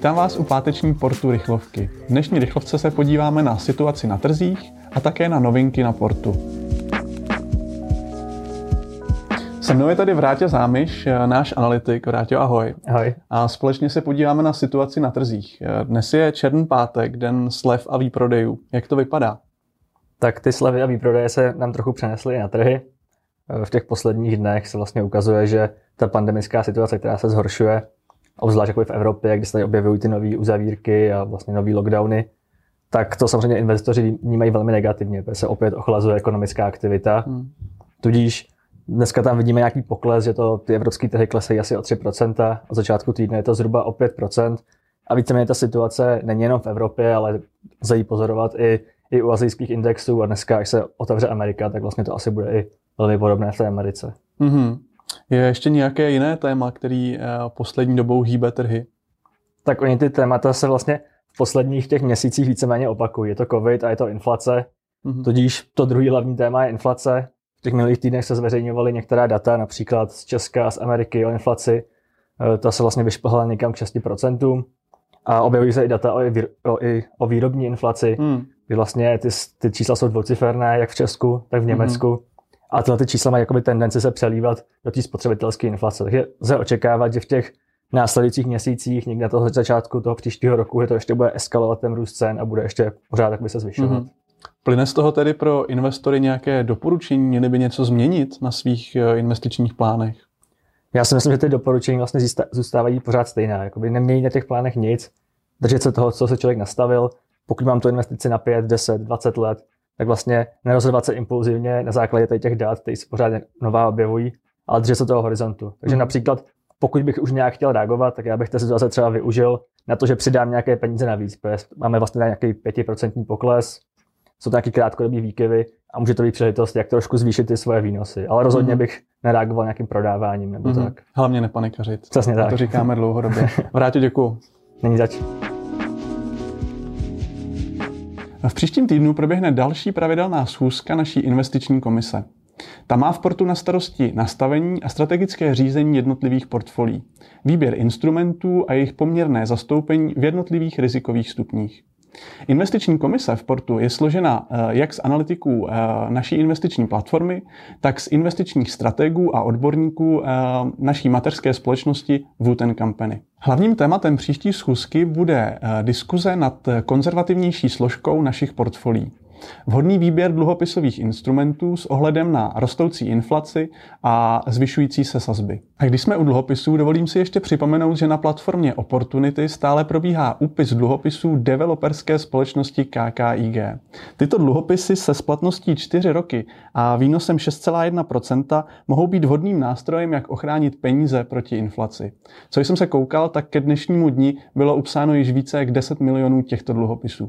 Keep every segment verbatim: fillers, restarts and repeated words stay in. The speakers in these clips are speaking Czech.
Vítám vás u páteční Portu rychlovky. V dnešní rychlovce se podíváme na situaci na trzích a také na novinky na Portu. Se mnou je tady Vráťa Zámiš, náš analytik. Vráťo, ahoj. Ahoj. A společně se podíváme na situaci na trzích. Dnes je černý pátek, den slev a výprodejů. Jak to vypadá? Tak ty slevy a výprodeje se nám trochu přenesly na trhy. V těch posledních dnech se vlastně ukazuje, že ta pandemická situace, která se zhoršuje, obzvlášť jako v Evropě, kde se tady objevují ty nové uzavírky a vlastně nový lockdowny, tak to samozřejmě investoři vnímají velmi negativně, protože se opět ochlazuje ekonomická aktivita. Hmm. Tudíž dneska tam vidíme nějaký pokles, že to ty evropské trhy klesají asi o tři procenta, od začátku týdne je to zhruba o pět procent. A víceméně ta situace není jenom v Evropě, ale lze ji pozorovat i, i u asijských indexů a dneska, až se otevře Amerika, tak vlastně to asi bude i velmi podobné v té Americe. Mm-hmm. Je ještě nějaké jiné téma, který poslední dobou hýbe trhy? Tak oni ty témata se vlastně v posledních těch měsících víceméně opakují. Je to covid a je to inflace. Mm-hmm. Tudíž to druhý hlavní téma je inflace. V těch minulých týdnech se zveřejňovaly některá data, například z Česka a z Ameriky o inflaci. Ta se vlastně vyšplhala někam k šesti procentům. A objevují se i data o, výr- o, i o výrobní inflaci, mm. kdy vlastně ty, ty čísla jsou dvouciferné, jak v Česku, tak v Německu. Mm-hmm. A tyhle ty čísla mají jakoby tendenci se přelívat do té spotřebitelské inflace. Takže lze očekávat, že v těch následujících měsících, někde na toho začátku toho příštího roku, že to ještě bude eskalovat ten růst cen a bude ještě pořád takhle se zvyšovat. Mm-hmm. Plyne z toho tedy pro investory nějaké doporučení? Měli by něco změnit na svých investičních plánech? Já si myslím, že ty doporučení vlastně zůstávají pořád stejná. Jakoby nemění na těch plánech nic, držet se toho, co se člověk nastavil. Pokud mám tu investici na pět, deset, dvacet let, tak vlastně nerozhodovat se impulzivně na základě těch dat, které se pořád nová objevují, ale držet se toho horizontu. Takže mm. například, pokud bych už nějak chtěl reagovat, tak já bych té situace třeba využil na to, že přidám nějaké peníze navíc. Máme vlastně nějaký pětiprocentní pokles, jsou to nějaké krátkodobé výkyvy a může to být příležitost, jak trošku zvýšit ty svoje výnosy. Ale rozhodně mm. bych nereagoval nějakým prodáváním nebo mm. tak. Hlavně nepanikařit. Přesně tak. To říkáme dlouhodobě. Vráťo, děkuju. Není zač. V příštím týdnu proběhne další pravidelná schůzka naší investiční komise. Ta má v Portu na starosti nastavení a strategické řízení jednotlivých portfolií, výběr instrumentů a jejich poměrné zastoupení v jednotlivých rizikových stupních. Investiční komise v Portu je složena jak z analytiků naší investiční platformy, tak z investičních strategů a odborníků naší mateřské společnosti Wood and Company. Hlavním tématem příští schůzky bude diskuze nad konzervativnější složkou našich portfolií. Vhodný výběr dluhopisových instrumentů s ohledem na rostoucí inflaci a zvyšující se sazby. A když jsme u dluhopisů, dovolím si ještě připomenout, že na platformě Opportunity stále probíhá úpis dluhopisů developerské společnosti K K I G. Tyto dluhopisy se splatností čtyři roky a výnosem šest celá jedna procenta mohou být vhodným nástrojem, jak ochránit peníze proti inflaci. Co jsem se koukal, tak ke dnešnímu dni bylo upsáno již více jak deset milionů těchto dluhopisů.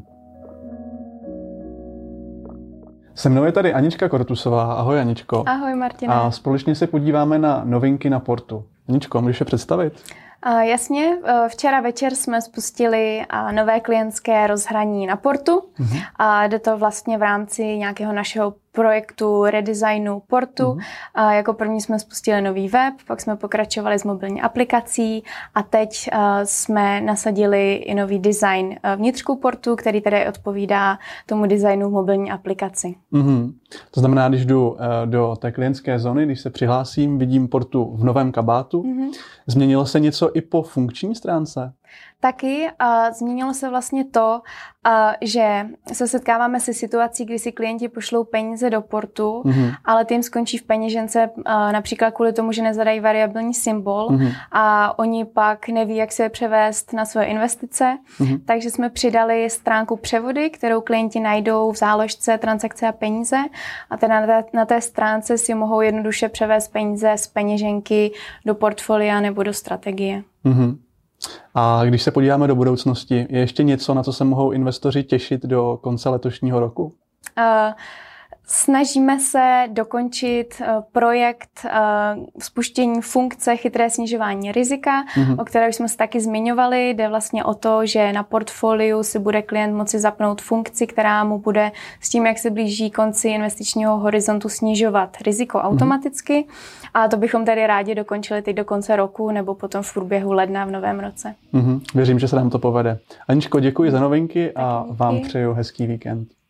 Se mnou je tady Anička Kortusová. Ahoj, Aničko. Ahoj, Martine. A společně se podíváme na novinky na Portu. Aničko, můžeš je představit? Uh, jasně, včera večer jsme spustili nové klientské rozhraní na Portu. Uh-huh. A jde to vlastně v rámci nějakého našeho projektu redesignu Portu. Uh-huh. A jako první jsme spustili nový web, pak jsme pokračovali s mobilní aplikací a teď uh, jsme nasadili i nový design uh, vnitřku Portu, který tedy odpovídá tomu designu v mobilní aplikaci. Uh-huh. To znamená, když jdu uh, do té klientské zóny, když se přihlásím, vidím Portu v novém kabátu. Uh-huh. Změnilo se něco i po funkční stránce? Taky uh, změnilo se vlastně to, uh, že se setkáváme se situací, kdy si klienti pošlou peníze do Portu, mm-hmm. ale tím skončí v peněžence uh, například kvůli tomu, že nezadají variabilní symbol mm-hmm. a oni pak neví, jak se je převést na svoje investice. Mm-hmm. Takže jsme přidali stránku převody, kterou klienti najdou v záložce transakce a peníze a teda na té, na té stránce si mohou jednoduše převést peníze z peněženky do portfolia nebo do strategie. Mm-hmm. A když se podíváme do budoucnosti, je ještě něco, na co se mohou investoři těšit do konce letošního roku? Uh, Snažíme se dokončit projekt spuštění funkce chytré snižování rizika, mm-hmm. o které už jsme se taky zmiňovali. Jde vlastně o to, že na portfoliu si bude klient moci zapnout funkci, která mu bude s tím, jak se blíží konci investičního horizontu, snižovat riziko automaticky. Mm-hmm. A to bychom tedy rádi dokončili teď do konce roku nebo potom v průběhu ledna v novém roce. Mm-hmm. Věřím, že se nám to povede. Aničko, děkuji za novinky a vám přeju hezký víkend.